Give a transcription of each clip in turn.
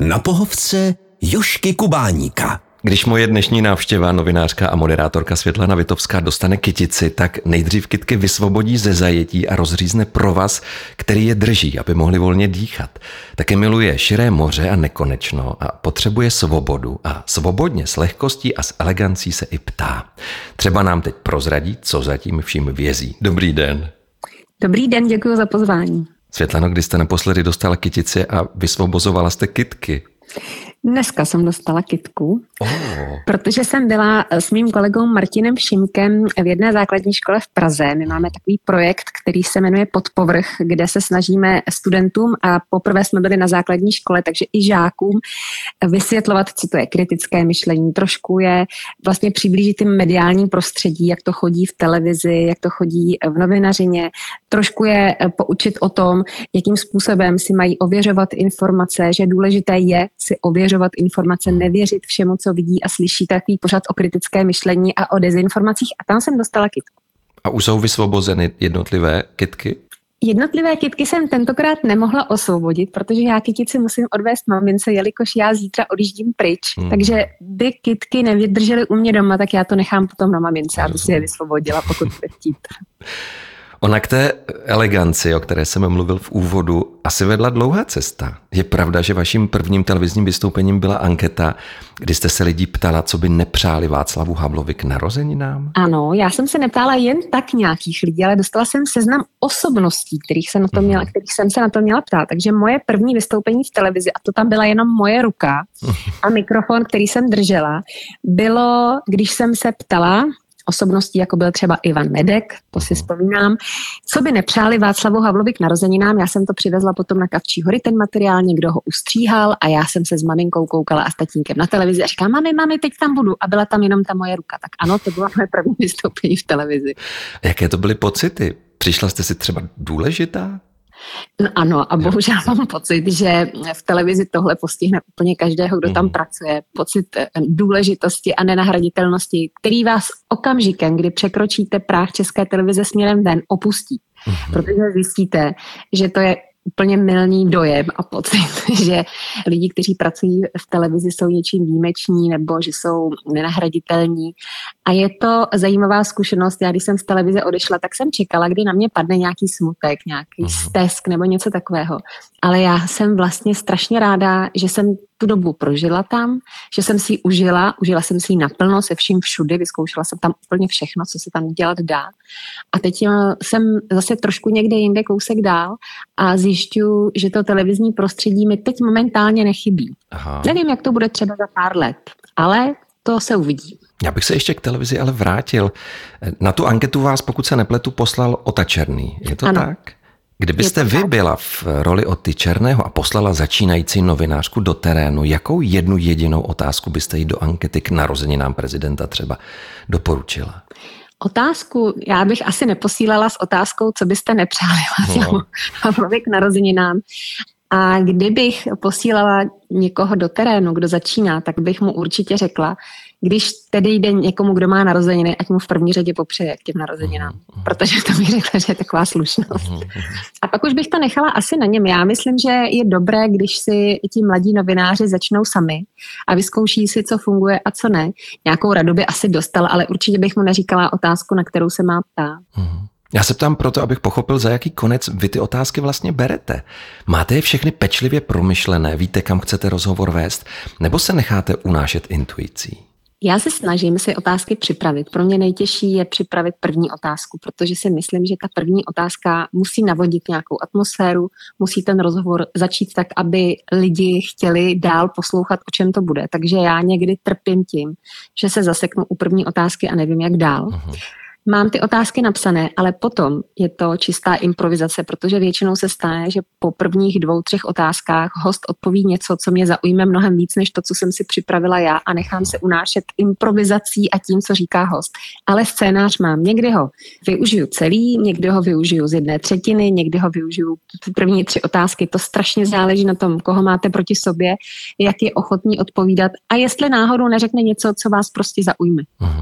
Na pohovce Jožky Kubáníka. Když moje dnešní návštěva, novinářka a moderátorka Světlana Witowská, dostane kytici, tak nejdřív kytky vysvobodí ze zajetí a rozřízne provaz, který je drží, aby mohli volně dýchat. Také miluje širé moře a nekonečno a potřebuje svobodu a svobodně s lehkostí a s elegancí se i ptá. Třeba nám teď prozradí, co za tím vším vězí. Dobrý den. Dobrý den, děkuji za pozvání. Světlano, kdy jste naposledy dostala kytici a vysvobozovala jste kytky? Dneska jsem dostala kytku, protože jsem byla s mým kolegou Martinem Šimkem v jedné základní škole v Praze. My máme takový projekt, který se jmenuje Podpovrch, kde se snažíme studentům, a poprvé jsme byli na základní škole, takže i žákům vysvětlovat, co to je kritické myšlení. Trošku je vlastně přiblížit tím mediální prostředí, jak to chodí v televizi, jak to chodí v novinařině. Trošku je poučit o tom, jakým způsobem si mají ověřovat informace, že důležité je si ověřovat informace, nevěřit všemu, co vidí a slyší, takový pořad o kritické myšlení a o dezinformacích, a tam jsem dostala kytku. A už jsou vysvobozeny jednotlivé kytky? Jednotlivé kytky jsem tentokrát nemohla osvobodit, protože já kytici musím odvést mamince, jelikož já zítra odjíždím pryč. Takže by kytky nevydržely u mě doma, tak já to nechám potom na mamince, aby si je vysvobodila, pokud bude chtít. Ona k té eleganci, o které jsem mluvil v úvodu, asi vedla dlouhá cesta. Je pravda, že vaším prvním televizním vystoupením byla anketa, kdy jste se lidí ptala, co by nepřáli Václavu Havlovi k narozeninám? Ano, já jsem se neptala jen tak nějakých lidí, ale dostala jsem seznam osobností, kterých jsem se na to měla ptát. Takže moje první vystoupení v televizi, a to tam byla jenom moje ruka a mikrofon, který jsem držela, bylo, když jsem se ptala osobností, jako byl třeba Ivan Medek, to si vzpomínám, co by nepřáli Václavu Havlovi k narozeninám. Já jsem to přivezla potom na Kavčí hory, ten materiál, někdo ho ustříhal a já jsem se s maminkou koukala a s tatínkem na televizi a říkala, mami, teď tam budu. A byla tam jenom ta moje ruka. Tak ano, to bylo moje první vystoupení v televizi. Jaké to byly pocity? Přišla jste si třeba důležitá? No ano, a bohužel mám pocit, že v televizi tohle postihne úplně každého, kdo tam pracuje. Pocit důležitosti a nenahraditelnosti, který vás okamžikem, kdy překročíte práh České televize směrem ven, opustí. Protože zjistíte, že to je úplně mylný dojem a pocit, že lidi, kteří pracují v televizi, jsou něčím výjimeční nebo že jsou nenahraditelní. A je to zajímavá zkušenost. Já, když jsem z televize odešla, tak jsem čekala, kdy na mě padne nějaký smutek, nějaký stesk nebo něco takového. Ale já jsem vlastně strašně ráda, že jsem tu dobu prožila tam, že jsem si ji užila jsem si ji naplno se vším všudy, vyzkoušela jsem tam úplně všechno, co se tam dělat dá. A teď jsem zase trošku někde jinde kousek dál a zjišťuju, že to televizní prostředí mi teď momentálně nechybí. Aha. Nevím, jak to bude třeba za pár let, ale to se uvidí. Já bych se ještě k televizi ale vrátil. Na tu anketu vás, pokud se nepletu, poslal Ota Černý. Je to tak? Kdybyste vy byla v roli Oty Černého a poslala začínající novinářku do terénu, jakou jednu jedinou otázku byste jí do ankety k narozeninám prezidenta třeba doporučila? Otázku, já bych asi neposílala s otázkou, co byste nepřáli Havlovi k narozeninám. A kdybych posílala někoho do terénu, kdo začíná, tak bych mu určitě řekla, když tedy jde někomu, kdo má narozeniny, ať mu v první řadě popřeje k těm narozeninám. Protože to bych řekla, že je taková slušnost. A pak už bych to nechala asi na něm. Já myslím, že je dobré, když si ti mladí novináři začnou sami a vyzkouší si, co funguje a co ne. Nějakou radu by asi dostal, ale určitě bych mu neříkala otázku, na kterou se má ptát. Já se ptám proto, abych pochopil, za jaký konec vy ty otázky vlastně berete. Máte je všechny pečlivě promyšlené, víte, kam chcete rozhovor vést, nebo se necháte unášet intuicí? Já se snažím si otázky připravit. Pro mě nejtěžší je připravit první otázku, protože si myslím, že ta první otázka musí navodit nějakou atmosféru, musí ten rozhovor začít tak, aby lidi chtěli dál poslouchat, o čem to bude. Takže já někdy trpím tím, že se zaseknu u první otázky a nevím, jak dál. Mám ty otázky napsané, ale potom je to čistá improvizace, protože většinou se stane, že po prvních 2-3 otázkách host odpoví něco, co mě zaujme mnohem víc, než to, co jsem si připravila já, a nechám se unášet improvizací a tím, co říká host. Ale scénář mám. Někdy ho využiju celý, někdy ho využiju z 1/3, někdy ho využiju první 3 otázky. To strašně záleží na tom, koho máte proti sobě, jak je ochotný odpovídat a jestli náhodou neřekne něco, co vás prostě zaujme.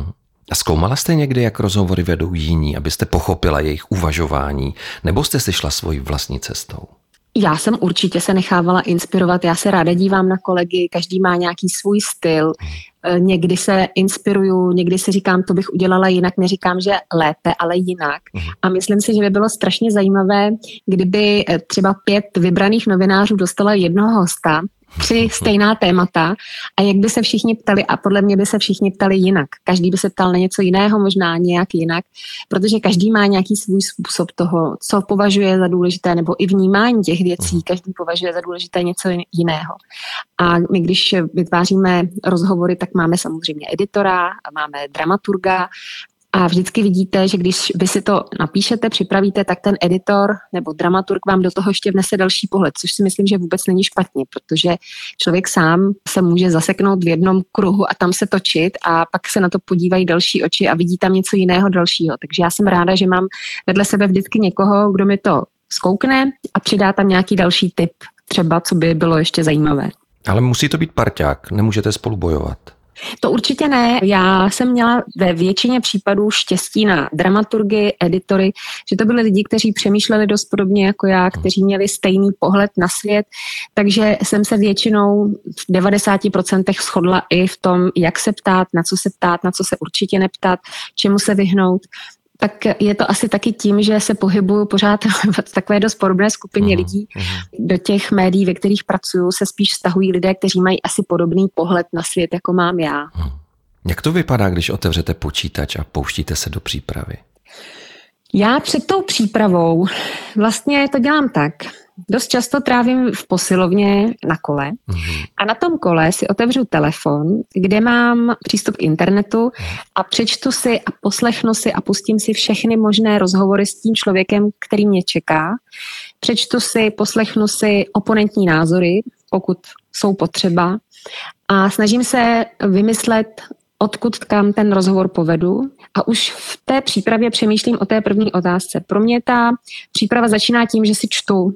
A zkoumala jste někdy, jak rozhovory vedou jiní, abyste pochopila jejich uvažování, nebo jste si šla svojí vlastní cestou? Já jsem určitě se nechávala inspirovat, já se ráda dívám na kolegy, každý má nějaký svůj styl, někdy se inspiruju, někdy si říkám, to bych udělala jinak, neříkám, že lépe, ale jinak. A myslím si, že by bylo strašně zajímavé, kdyby třeba 5 vybraných novinářů dostala jednoho hosta, 3 stejná témata a jak by se všichni ptali a podle mě by se všichni ptali jinak. Každý by se ptal na něco jiného, možná nějak jinak, protože každý má nějaký svůj způsob toho, co považuje za důležité, nebo i vnímání těch věcí, každý považuje za důležité něco jiného. A my, když vytváříme rozhovory, tak máme samozřejmě editora, máme dramaturga. A vždycky vidíte, že když vy si to napíšete, připravíte, tak ten editor nebo dramaturg vám do toho ještě vnese další pohled, což si myslím, že vůbec není špatně, protože člověk sám se může zaseknout v jednom kruhu a tam se točit a pak se na to podívají další oči a vidí tam něco jiného dalšího. Takže já jsem ráda, že mám vedle sebe vždycky někoho, kdo mi to zkoukne a přidá tam nějaký další tip, třeba co by bylo ještě zajímavé. Ale musí to být parťák, nemůžete spolu bojovat. To určitě ne. Já jsem měla ve většině případů štěstí na dramaturgy, editory, že to byli lidi, kteří přemýšleli dost podobně jako já, kteří měli stejný pohled na svět, takže jsem se většinou v 90% shodla i v tom, jak se ptát, na co se určitě neptát, čemu se vyhnout. Tak je to asi taky tím, že se pohybuju pořád v takové dost podobné skupině lidí. Do těch médií, ve kterých pracuju, se spíš vztahují lidé, kteří mají asi podobný pohled na svět, jako mám já. Jak to vypadá, když otevřete počítač a pouštíte se do přípravy? Já před tou přípravou vlastně to dělám tak. Dost často trávím v posilovně na kole a na tom kole si otevřu telefon, kde mám přístup k internetu a přečtu si a poslechnu si a pustím si všechny možné rozhovory s tím člověkem, který mě čeká. Přečtu si, poslechnu si oponentní názory, pokud jsou potřeba a snažím se vymyslet, odkud kam ten rozhovor povedu a už v té přípravě přemýšlím o té první otázce. Pro mě ta příprava začíná tím, že si čtu,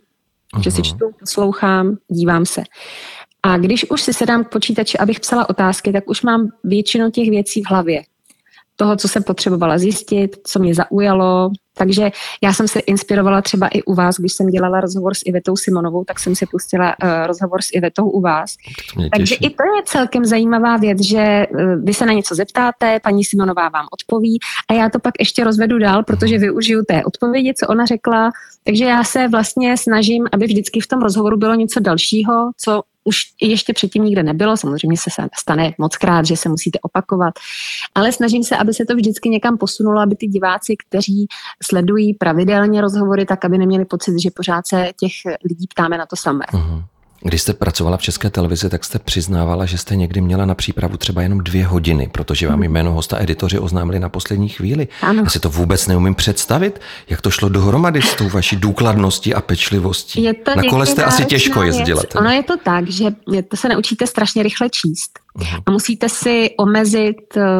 poslouchám, dívám se. A když už si sedám k počítači, abych psala otázky, tak už mám většinu těch věcí v hlavě. Toho, co jsem potřebovala zjistit, co mě zaujalo. Takže já jsem se inspirovala třeba i u vás, když jsem dělala rozhovor s Ivetou Simonovou, tak jsem si pustila rozhovor s Ivetou u vás. Takže i to je celkem zajímavá věc, že vy se na něco zeptáte, paní Simonová vám odpoví a já to pak ještě rozvedu dál, protože využiju té odpovědi, co ona řekla. Takže já se vlastně snažím, aby vždycky v tom rozhovoru bylo něco dalšího, co už ještě předtím nikde nebylo, samozřejmě se stane mockrát, že se musíte opakovat, ale snažím se, aby se to vždycky někam posunulo, aby ty diváci, kteří sledují pravidelně rozhovory, tak aby neměli pocit, že pořád se těch lidí ptáme na to samé. Když jste pracovala v České televizi, tak jste přiznávala, že jste někdy měla na přípravu třeba jenom 2 hodiny, protože vám jméno hosta editoři oznámili na poslední chvíli. Ano. Já si to vůbec neumím představit, jak to šlo dohromady s tou vaší důkladností a pečlivostí. Na kole jste asi těžko jezdila. Ono je to tak, že to se naučíte strašně rychle číst a musíte si omezit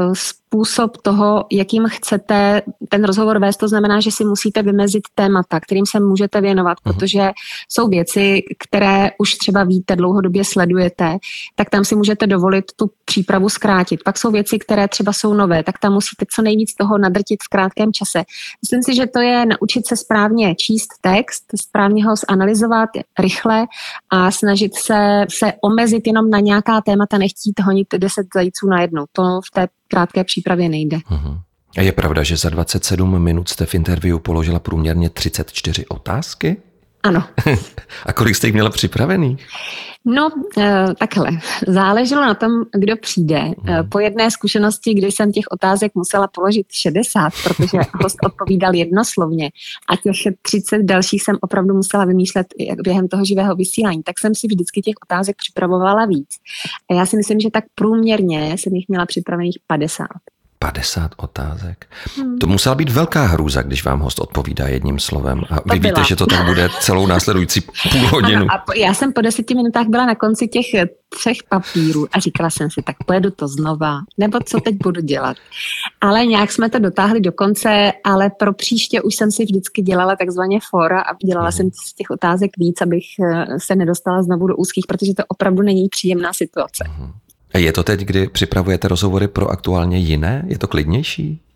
způsob toho, jakým chcete ten rozhovor vést, to znamená, že si musíte vymezit témata, kterým se můžete věnovat, protože jsou věci, které už třeba víte, dlouhodobě sledujete, tak tam si můžete dovolit tu přípravu zkrátit. Pak jsou věci, které třeba jsou nové, tak tam musíte co nejvíc toho nadrtit v krátkém čase. Myslím si, že to je naučit se správně číst text, správně ho zanalyzovat rychle a snažit se omezit jenom na nějaká témata, nechtít honit 10 zajíců na jednu. To v té krátké přípravě nejde. A je pravda, že za 27 minut jste v interview položila průměrně 34 otázky? Ano. A kolik jste jich měla připravený? No, takhle. Záleželo na tom, kdo přijde. Po jedné zkušenosti, kdy jsem těch otázek musela položit 60, protože host odpovídal jednoslovně a těch 30 dalších jsem opravdu musela vymýšlet během toho živého vysílání, tak jsem si vždycky těch otázek připravovala víc. A já si myslím, že tak průměrně jsem jich měla připravených 50. 50 otázek. To musela být velká hrůza, když vám host odpovídá jedním slovem. A vy víte, že to tak bude celou následující půl hodinu. Ano, a já jsem po 10 minutách byla na konci těch 3 papírů a říkala jsem si, tak pojedu to znova, nebo co teď budu dělat. Ale nějak jsme to dotáhli do konce, ale pro příště už jsem si vždycky dělala takzvaně fora a dělala jsem z těch otázek víc, abych se nedostala znovu do úzkých, protože to opravdu není příjemná situace. A je to teď, kdy připravujete rozhovory pro Aktuálně jiné? Je to klidnější?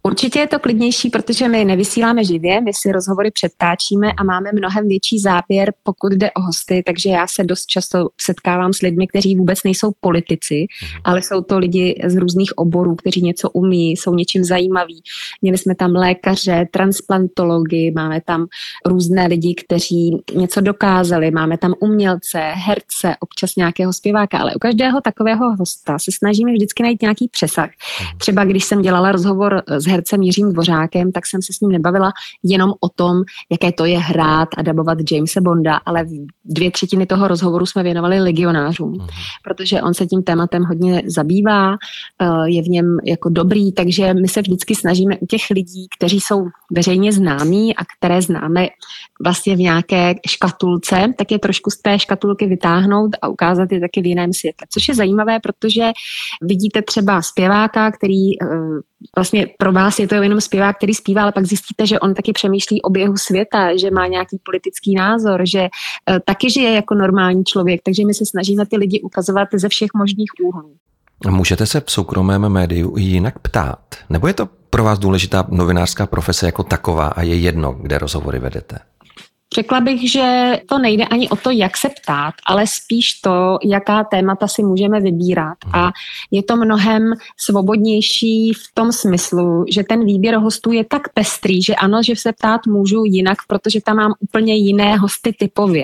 Určitě je to klidnější, protože my nevysíláme živě, my si rozhovory předtáčíme a máme mnohem větší záběr, pokud jde o hosty, takže já se dost často setkávám s lidmi, kteří vůbec nejsou politici, ale jsou to lidi z různých oborů, kteří něco umí, jsou něčím zajímaví. Měli jsme tam lékaře, transplantology, máme tam různé lidi, kteří něco dokázali, máme tam umělce, herce, občas nějakého zpěváka, ale u každého takového hosta se snažíme vždycky najít nějaký přesah. Třeba když jsem dělala rozhovor s hercem Jiřím Dvořákem, tak jsem se s ním nebavila jenom o tom, jaké to je hrát a dabovat Jamese Bonda, ale 2/3 toho rozhovoru jsme věnovali legionářům, protože on se tím tématem hodně zabývá, je v něm jako dobrý, takže my se vždycky snažíme u těch lidí, kteří jsou veřejně známí a které známe vlastně v nějaké škatulce, tak je trošku z té škatulky vytáhnout a ukázat je taky v jiném světle. Což je zajímavé, protože vidíte třeba zpěváka, který vlastně pro vás je to jenom zpěvák, který zpívá, ale pak zjistíte, že on taky přemýšlí o běhu světa, že má nějaký politický názor, že taky žije jako normální člověk, takže my se snažíme ty lidi ukazovat ze všech možných úhlů. Můžete se v soukromém médiu i jinak ptát? Nebo je to pro vás důležitá novinářská profese jako taková a je jedno, kde rozhovory vedete? Řekla bych, že to nejde ani o to, jak se ptát, ale spíš to, jaká témata si můžeme vybírat. A je to mnohem svobodnější v tom smyslu, že ten výběr hostů je tak pestrý, že ano, že se ptát můžu jinak, protože tam mám úplně jiné hosty typově.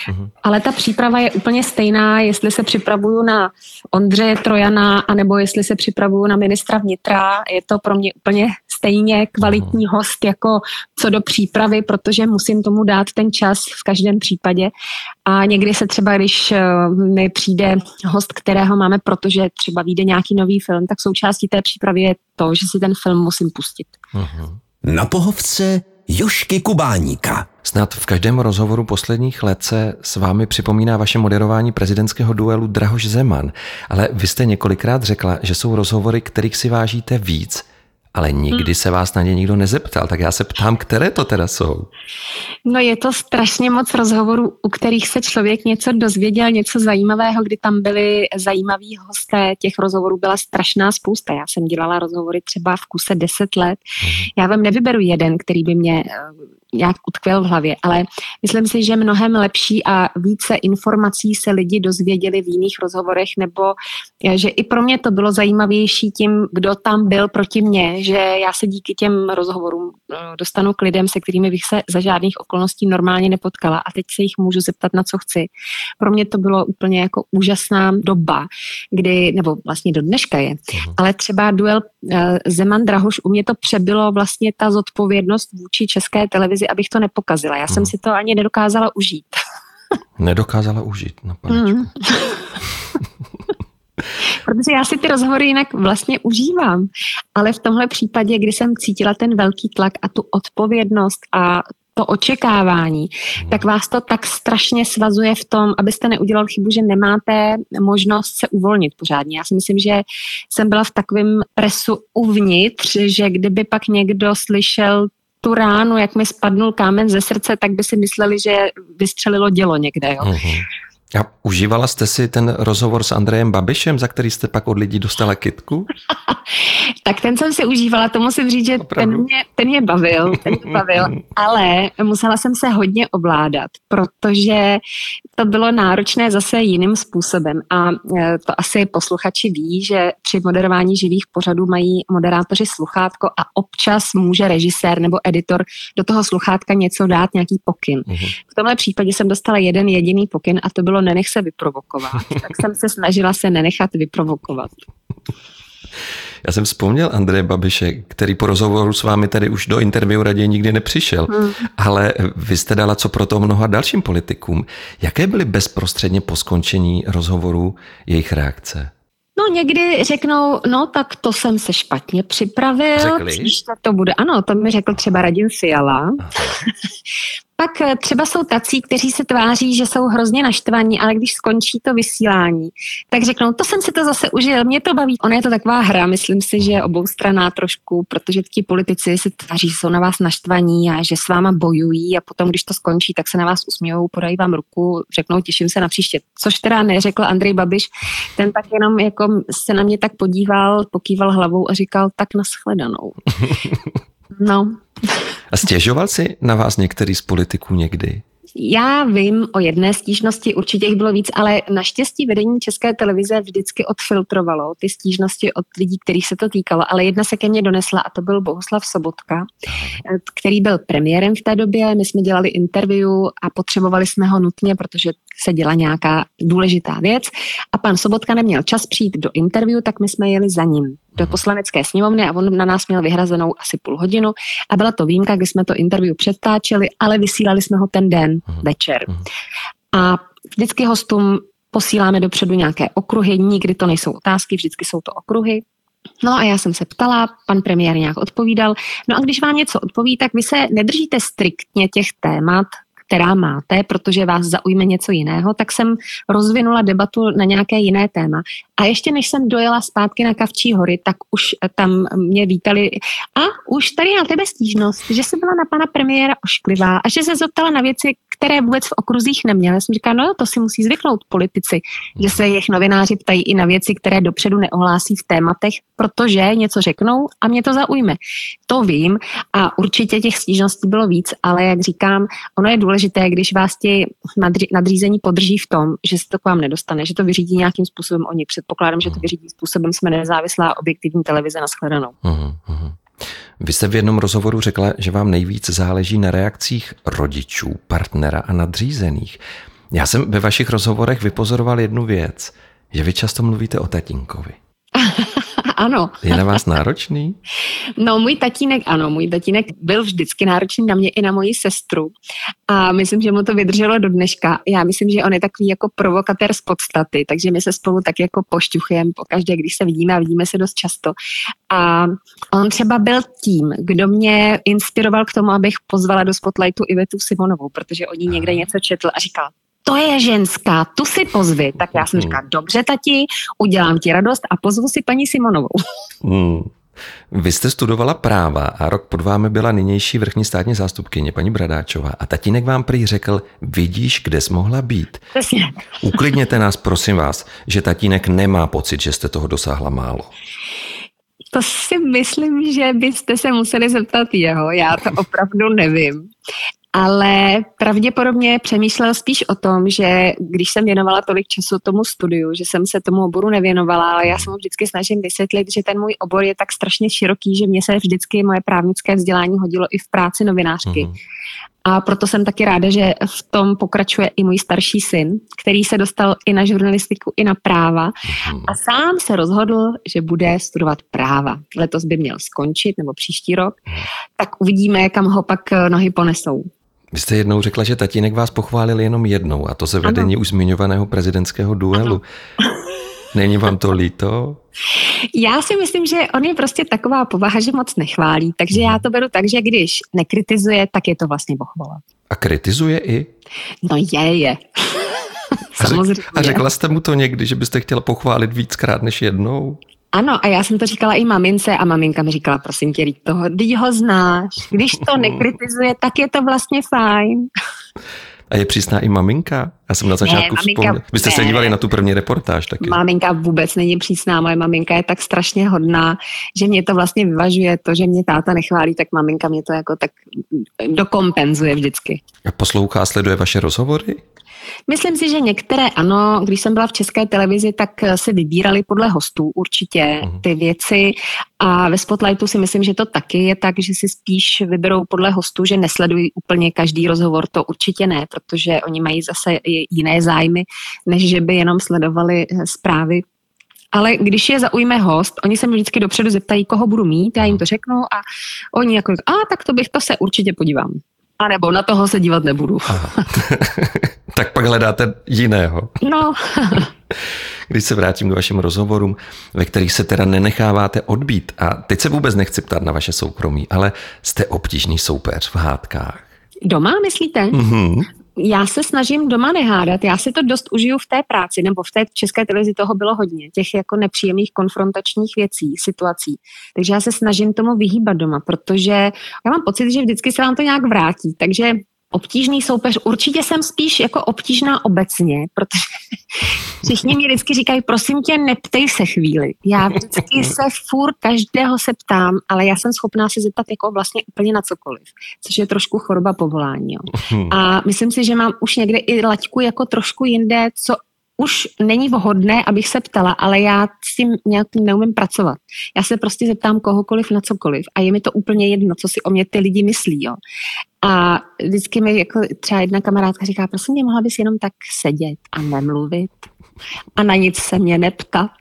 Ale ta příprava je úplně stejná, jestli se připravuju na Ondřeje Trojana, anebo jestli se připravuju na ministra vnitra. Je to pro mě úplně stejně kvalitní host jako co do přípravy, protože musím tomu dát ten čas v každém případě. A někdy se třeba, když mi přijde host, kterého máme, protože třeba vyjde nějaký nový film, tak součástí té přípravy je to, že si ten film musím pustit. Na pohovce Jožky Kubáníka. Snad v každém rozhovoru posledních let se s vámi připomíná vaše moderování prezidentského duelu Drahoš-Zeman. Ale vy jste několikrát řekla, že jsou rozhovory, kterých si vážíte víc, ale nikdy se vás na ně nikdo nezeptal, tak já se ptám, které to teda jsou? No je to strašně moc rozhovorů, u kterých se člověk něco dozvěděl, něco zajímavého, kdy tam byli zajímaví hosté, těch rozhovorů byla strašná spousta. Já jsem dělala rozhovory třeba v kuse 10 let. Já vám nevyberu jeden, který by mě nějak utkvěl v hlavě, ale myslím si, že mnohem lepší a více informací se lidi dozvěděli v jiných rozhovorech, nebo že i pro mě to bylo zajímavější tím, kdo tam byl proti mně, že já se díky těm rozhovorům dostanu k lidem, se kterými bych se za žádných okolností normálně nepotkala a teď se jich můžu zeptat, na co chci. Pro mě to bylo úplně jako úžasná doba, kdy, nebo vlastně do dneška je, ale třeba duel Zeman-Drahoš, u mě to přebylo vlastně ta zodpovědnost vůči České televizi, abych to nepokazila. Já jsem si to ani nedokázala užít. Nedokázala užít, na panečku. Protože já si ty rozhovory jinak vlastně užívám, ale v tomhle případě, kdy jsem cítila ten velký tlak a tu odpovědnost a to očekávání, tak vás to tak strašně svazuje v tom, abyste neudělal chybu, že nemáte možnost se uvolnit pořádně. Já si myslím, že jsem byla v takovém presu uvnitř, že kdyby pak někdo slyšel tu ránu, jak mi spadnul kámen ze srdce, tak by si mysleli, že vystřelilo dělo někde. Jo. A užívala jste si ten rozhovor s Andrejem Babišem, za který jste pak od lidí dostala kytku? Tak ten jsem si užívala, to musím říct, že ten mě bavil, ale musela jsem se hodně ovládat, protože to bylo náročné zase jiným způsobem a to asi posluchači ví, že při moderování živých pořadů mají moderátoři sluchátko a občas může režisér nebo editor do toho sluchátka něco dát, nějaký pokyn. V tomhle případě jsem dostala jeden jediný pokyn a to bylo nenech se vyprovokovat. Tak jsem se snažila se nenechat vyprovokovat. Já jsem vzpomněl Andreje Babiše, který po rozhovoru s vámi tady už do interview raději nikdy nepřišel, ale vy jste dala co pro to mnoha dalším politikům. Jaké byly bezprostředně po skončení rozhovoru jejich reakce? No někdy řeknou, no tak to jsem se špatně připravil. Řekli? Příště to bude, ano, to mi řekl třeba Radim Fiala. pak třeba jsou tací, kteří se tváří, že jsou hrozně naštvaní, ale když skončí to vysílání, tak řeknou, to jsem si to zase užil, mě to baví. Ona je to taková hra, myslím si, že oboustranná trošku, protože ti politici se tváří, že jsou na vás naštvaní a že s váma bojují a potom, když to skončí, tak se na vás usmějou, podají vám ruku, řeknou, těším se na příště. Což teda neřekl Andrej Babiš, ten tak jenom jako se na mě tak podíval, pokýval hlavou a říkal, tak nashledanou. No. A stěžoval si na vás některý z politiků někdy? Já vím o jedné stížnosti, určitě jich bylo víc, ale naštěstí vedení České televize vždycky odfiltrovalo ty stížnosti od lidí, kterých se to týkalo, ale jedna se ke mně donesla a to byl Bohuslav Sobotka, který byl premiérem v té době. My jsme dělali interview a potřebovali jsme ho nutně, protože se děla nějaká důležitá věc a pan Sobotka neměl čas přijít do interview, tak my jsme jeli za ním do Poslanecké sněmovny a on na nás měl vyhrazenou asi půl hodinu a byla to výjimka, kdy jsme to interview přetáčeli, ale vysílali jsme ho ten den večer. A vždycky hostům posíláme dopředu nějaké okruhy, nikdy to nejsou otázky, vždycky jsou to okruhy. No a já jsem se ptala, pan premiér nějak odpovídal, no a když vám něco odpoví, tak vy se nedržíte striktně těch témat, která máte, protože vás zaujme něco jiného, tak jsem rozvinula debatu na nějaké jiné téma. A ještě než jsem dojela zpátky na Kavčí hory, tak už tam mě vítali a už tady na tebe stížnost, že jsi byla na pana premiéra ošklivá a že se zeptala na věci, které vůbec v okruzích neměla. Já jsem říkala, no to si musí zvyknout politici, že se jejich novináři ptají i na věci, které dopředu neohlásí v tématech, protože něco řeknou a mě to zaujme. To vím a určitě těch stížností bylo víc, ale jak říkám, ono je důležité, když vás ti nadřízení podrží v tom, že se to k vám nedostane, že to vyřídí nějakým způsobem oni. Předpokládám, že to vyřídí způsobem, jsme nezávislá objektivní televize na shledanou. Vy jste v jednom rozhovoru řekla, že vám nejvíc záleží na reakcích rodičů, partnera a nadřízených. Já jsem ve vašich rozhovorech vypozoroval jednu věc, že vy často mluvíte o tatínkovi. Ano. Je na vás náročný? No, můj tatínek byl vždycky náročný na mě i na moji sestru a myslím, že mu to vydrželo do dneška. Já myslím, že on je takový jako provokatér z podstaty, takže my se spolu tak jako pošťuchujeme pokaždé, když se vidíme a vidíme se dost často. A on třeba byl tím, kdo mě inspiroval k tomu, abych pozvala do Spotlightu Ivetu Simonovou, protože o ní někde něco četl a říkal, to je ženská, tu si pozvi. Tak já jsem říkala, dobře tati, udělám ti radost a pozvu si paní Simonovou. Vy jste studovala práva a rok pod vámi byla nynější vrchní státní zástupkyně paní Bradáčová a tatínek vám prý řekl, vidíš, kde jsi mohla být. Přesně. Uklidněte nás, prosím vás, že tatínek nemá pocit, že jste toho dosáhla málo. To si myslím, že byste se museli zeptat jeho, já to opravdu nevím. Ale pravděpodobně přemýšlel spíš o tom, že když jsem věnovala tolik času tomu studiu, že jsem se tomu oboru nevěnovala, ale já se mu vždycky snažím vysvětlit, že ten můj obor je tak strašně široký, že mně se vždycky moje právnické vzdělání hodilo i v práci novinářky. A proto jsem taky ráda, že v tom pokračuje i můj starší syn, který se dostal i na žurnalistiku, i na práva a sám se rozhodl, že bude studovat práva. Letos by měl skončit, nebo příští rok, tak uvidíme, kam ho pak nohy ponesou. Vy jste jednou řekla, že tatínek vás pochválil jenom jednou a to ze vedení už zmiňovaného prezidentského duelu. Ano. Není vám to líto? Já si myslím, že on je prostě taková povaha, že moc nechválí, takže já to beru tak, že když nekritizuje, tak je to vlastně pochvala. A kritizuje i? No je. Samozřejmě. A řekla jste mu to někdy, že byste chtěla pochválit víckrát než jednou? Ano, a já jsem to říkala i mamince a maminka mi říkala, prosím tě, když ho znáš, když to nekritizuje, tak je to vlastně fajn. A je přísná i maminka? Já jsem na začátku vzpomněl. Vy jste se dívali na tu první reportáž taky. Maminka vůbec není přísná, moje maminka je tak strašně hodná, že mě to vlastně vyvažuje to, že mě táta nechválí, tak maminka mě to jako tak dokompenzuje vždycky. A poslouchá, sleduje vaše rozhovory? Myslím si, že některé ano, když jsem byla v České televizi, tak se vybírali podle hostů určitě ty věci a ve Spotlightu si myslím, že to taky je tak, že si spíš vyberou podle hostů, že nesledují úplně každý rozhovor, to určitě ne, protože oni mají zase jiné zájmy, než že by jenom sledovali zprávy. Ale když je zaujme host, oni se mi vždycky dopředu zeptají, koho budu mít, já jim to řeknu a oni jako, tak to se určitě podívám. A nebo na toho se dívat nebudu. Tak pak hledáte jiného. No. Když se vrátím k vašim rozhovorům, ve kterých se teda nenecháváte odbít, a teď se vůbec nechci ptát na vaše soukromí, ale jste obtížný soupeř v hádkách. Doma, myslíte? Mm-hmm. Já se snažím doma nehádat, já si to dost užiju v té práci, nebo v té České televizi toho bylo hodně, těch jako nepříjemných konfrontačních věcí, situací. Takže já se snažím tomu vyhýbat doma, protože já mám pocit, že vždycky se vám to nějak vrátí, takže obtížný soupeř, určitě jsem spíš jako obtížná obecně, protože všichni mi vždycky říkají, prosím tě, neptej se chvíli. Já vždycky se furt každého se ptám, ale já jsem schopná se zeptat jako vlastně úplně na cokoliv, což je trošku choroba povolání. Jo. A myslím si, že mám už někde i laťku jako trošku jinde, co už není vhodné, abych se ptala, ale já s tím nějak neumím pracovat. Já se prostě zeptám kohokoliv na cokoliv a je mi to úplně jedno, co si o mě ty lidi myslí. Jo. A vždycky mi jako třeba jedna kamarádka říká, prosím mě, mohla bys jenom tak sedět a nemluvit a na nic se mě neptat.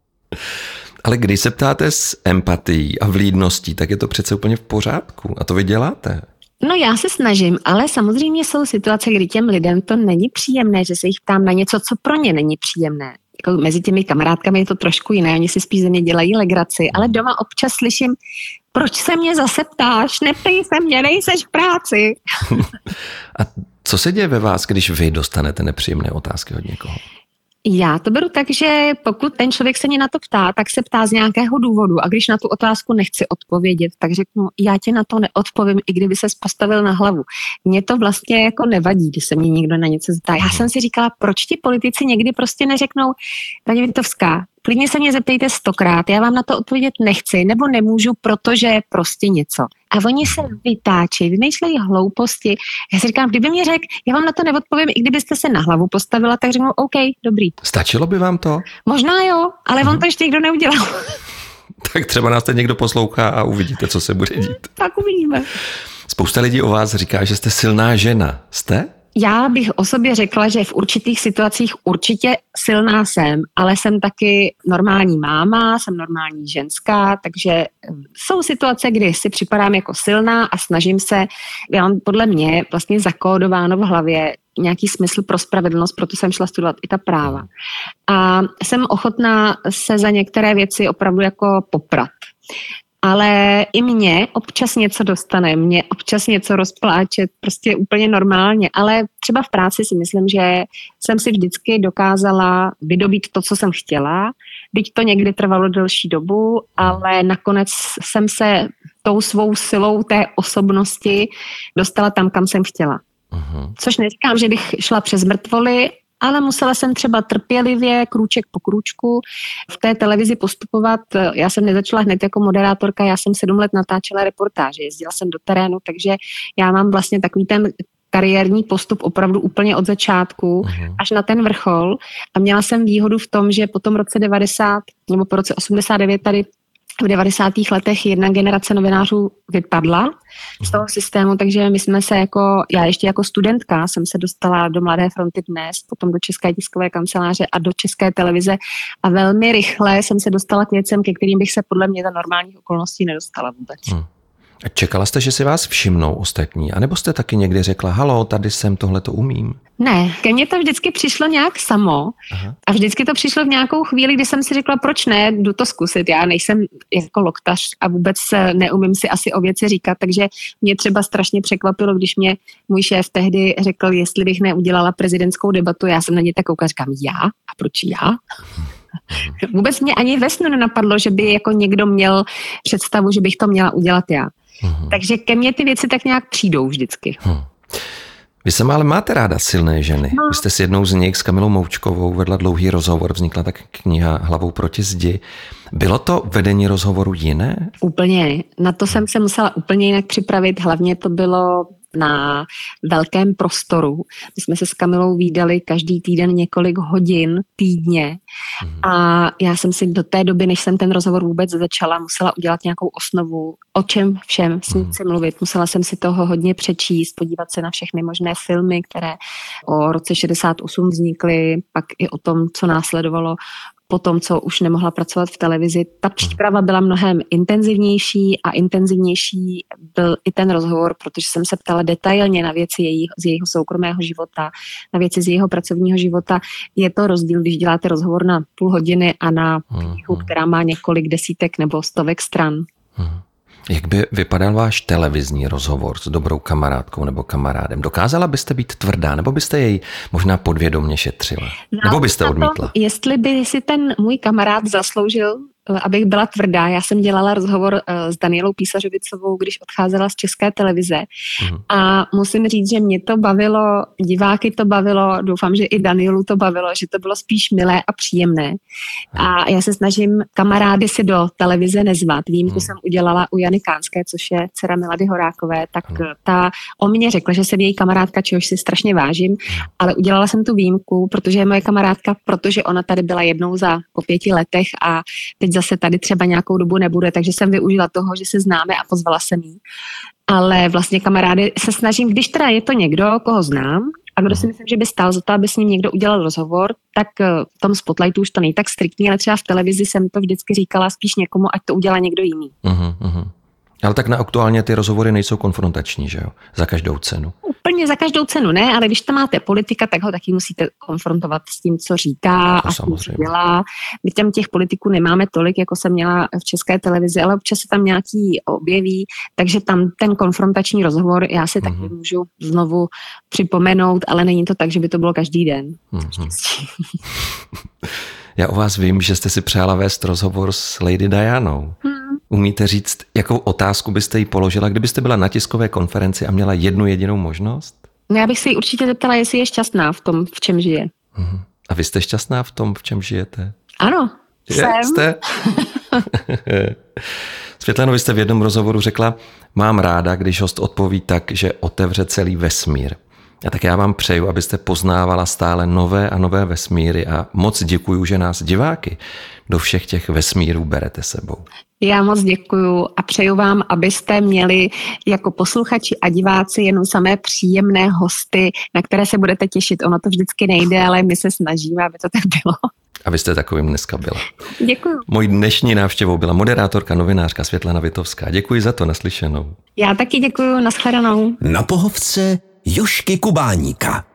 Ale když se ptáte s empatií a vlídností, tak je to přece úplně v pořádku a to vy děláte. No já se snažím, ale samozřejmě jsou situace, kdy těm lidem to není příjemné, že se jich ptám na něco, co pro ně není příjemné. Jako mezi těmi kamarádkami je to trošku jiné, oni si spíš ze mě dělají legraci, ale doma občas slyším, proč se mě zase ptáš, neptej se mě, nejseš v práci. A co se děje ve vás, když vy dostanete nepříjemné otázky od někoho? Já to beru tak, že pokud ten člověk se mě na to ptá, tak se ptá z nějakého důvodu a když na tu otázku nechci odpovědět, tak řeknu, já ti na to neodpovím, i kdyby ses postavil na hlavu. Mně to vlastně jako nevadí, když se mě někdo na něco zeptá. Já jsem si říkala, proč ti politici někdy prostě neřeknou, paní Vitovská, klidně se mě zeptejte 100krát, já vám na to odpovědět nechci nebo nemůžu, protože prostě něco. A oni se vytáčí, vymýšlejí hlouposti. Já si říkám, kdyby mě řekl, já vám na to neodpovím, i kdybyste se na hlavu postavila, tak řeknu, OK, dobrý. Stačilo by vám to? Možná jo, ale on to ještě nikdo neudělal. Tak třeba nás teď někdo poslouchá a uvidíte, co se bude dít. Tak uvidíme. Spousta lidí o vás říká, že jste silná žena. Jste? Já bych o sobě řekla, že v určitých situacích určitě silná jsem, ale jsem taky normální máma, jsem normální ženská, takže jsou situace, kdy si připadám jako silná a snažím se, já mám podle mě vlastně zakódováno v hlavě nějaký smysl pro spravedlnost, proto jsem šla studovat i ta práva. A jsem ochotná se za některé věci opravdu jako poprat. Ale i mě občas něco dostane, mě občas něco rozpláče, prostě úplně normálně, ale třeba v práci si myslím, že jsem si vždycky dokázala vydobít to, co jsem chtěla, byť to někdy trvalo delší dobu, ale nakonec jsem se tou svou silou té osobnosti dostala tam, kam jsem chtěla. Což neříkám, že bych šla přes mrtvoly, ale musela jsem třeba trpělivě, krůček po krůčku v té televizi postupovat. Já jsem nezačala hned jako moderátorka, já jsem 7 let natáčela reportáže, jezdila jsem do terénu, takže já mám vlastně takový ten kariérní postup opravdu úplně od začátku až na ten vrchol a měla jsem výhodu v tom, že po tom roce 90 nebo po roce 89 tady v 90. letech jedna generace novinářů vypadla z toho systému, takže my jsme se jako, já ještě jako studentka jsem se dostala do Mladé fronty Dnes, potom do České tiskové kanceláře a do České televize a velmi rychle jsem se dostala k věcem, ke kterým bych se podle mě za normálních okolností nedostala vůbec. A čekala jste, že si vás všimnou ostatní? A nebo jste taky někdy řekla, halo, tady jsem, tohle to umím? Ne, ke mně to vždycky přišlo nějak samo. A vždycky to přišlo v nějakou chvíli, kdy jsem si řekla, proč ne, jdu to zkusit. Já nejsem jako loktař a vůbec neumím si asi o věci říkat, takže mě třeba strašně překvapilo, když mě můj šéf tehdy řekl, jestli bych neudělala prezidentskou debatu. Já jsem na ně tak koukala, říkám, já? A proč já? Vůbec mě ani ve snu nenapadlo, že by jako někdo měl představu, že bych to měla udělat já. Takže ke mně ty věci tak nějak přijdou vždycky. Vy sama ale máte ráda silné ženy. Vy jste si jednou z nich s Kamilou Moučkovou vedla dlouhý rozhovor, vznikla tak kniha Hlavou proti zdi. Bylo to vedení rozhovoru jiné? Úplně. Na to jsem se musela úplně jinak připravit. Hlavně to bylo na velkém prostoru. My jsme se s Kamilou vídali každý týden několik hodin týdně a já jsem si do té doby, než jsem ten rozhovor vůbec začala, musela udělat nějakou osnovu, o čem všem si mluvit. Musela jsem si toho hodně přečíst, podívat se na všechny možné filmy, které o roce 68 vznikly, pak i o tom, co následovalo po tom, co už nemohla pracovat v televizi. Ta příprava byla mnohem intenzivnější a intenzivnější byl i ten rozhovor, protože jsem se ptala detailně na věci z jejího soukromého života, na věci z jejího pracovního života. Je to rozdíl, když děláte rozhovor na půl hodiny a na knihu, která má několik desítek nebo stovek stran. Jak by vypadal váš televizní rozhovor s dobrou kamarádkou nebo kamarádem? Dokázala byste být tvrdá, nebo byste jej možná podvědomě šetřila? Nebo byste odmítla? Jestli by si ten můj kamarád zasloužil, abych byla tvrdá. Já jsem dělala rozhovor s Danielou Písařovicovou, když odcházela z České televize. A musím říct, že mě to bavilo, diváky to bavilo, doufám, že i Danielu to bavilo, že to bylo spíš milé a příjemné. A já se snažím kamarády si do televize nezvat. Výjimku jsem udělala u Jany Kánské, což je dcera Milady Horákové, tak ta o mě řekla, že jsem její kamarádka, čehož si strašně vážím, ale udělala jsem tu výjimku, protože je moje kamarádka, protože ona tady byla jednou po 5 letech a teď zase tady třeba nějakou dobu nebude, takže jsem využila toho, že se známe a pozvala jsem jí. Ale vlastně kamarády se snažím, když teda je to někdo, koho znám, a kdo si myslím, že by stál za to, aby s ním někdo udělal rozhovor, tak v tom Spotlightu už to není tak striktní, ale třeba v televizi jsem to vždycky říkala spíš někomu, ať to udělá někdo jiný. Ale tak na aktuálně ty rozhovory nejsou konfrontační, že jo? Za každou cenu. Úplně za každou cenu ne, ale když tam máte politika, tak ho taky musíte konfrontovat s tím, co říká a s tím, co dělá. My tam těch politiků nemáme tolik, jako jsem měla v České televizi, ale občas se tam nějaký objeví, takže tam ten konfrontační rozhovor já si taky můžu znovu připomenout, ale není to tak, že by to bylo každý den. Já o vás vím, že jste si přála vést rozhovor s Lady Dianou. Umíte říct, jakou otázku byste jí položila, kdybyste byla na tiskové konferenci a měla jednu jedinou možnost? No, já bych se jí určitě zeptala, jestli je šťastná v tom, v čem žije. A vy jste šťastná v tom, v čem žijete? Ano, jsem. Jste? Světlano, vy jste v jednom rozhovoru řekla, mám ráda, když host odpoví tak, že otevře celý vesmír. A tak já vám přeju, abyste poznávala stále nové a nové vesmíry a moc děkuju, že nás diváky do všech těch vesmírů berete sebou. Já moc děkuju a přeju vám, abyste měli jako posluchači a diváci jenom samé příjemné hosty, na které se budete těšit. Ono to vždycky nejde, ale my se snažíme, aby to tak bylo. A vy jste takovým dneska byla. Děkuju. Mojí dnešní návštěvou byla moderátorka, novinářka Světlana Vitovská. Děkuji za to, naslyšenou. Já taky děkuju, nashledanou. Na pohovce Jožky Kubáníka.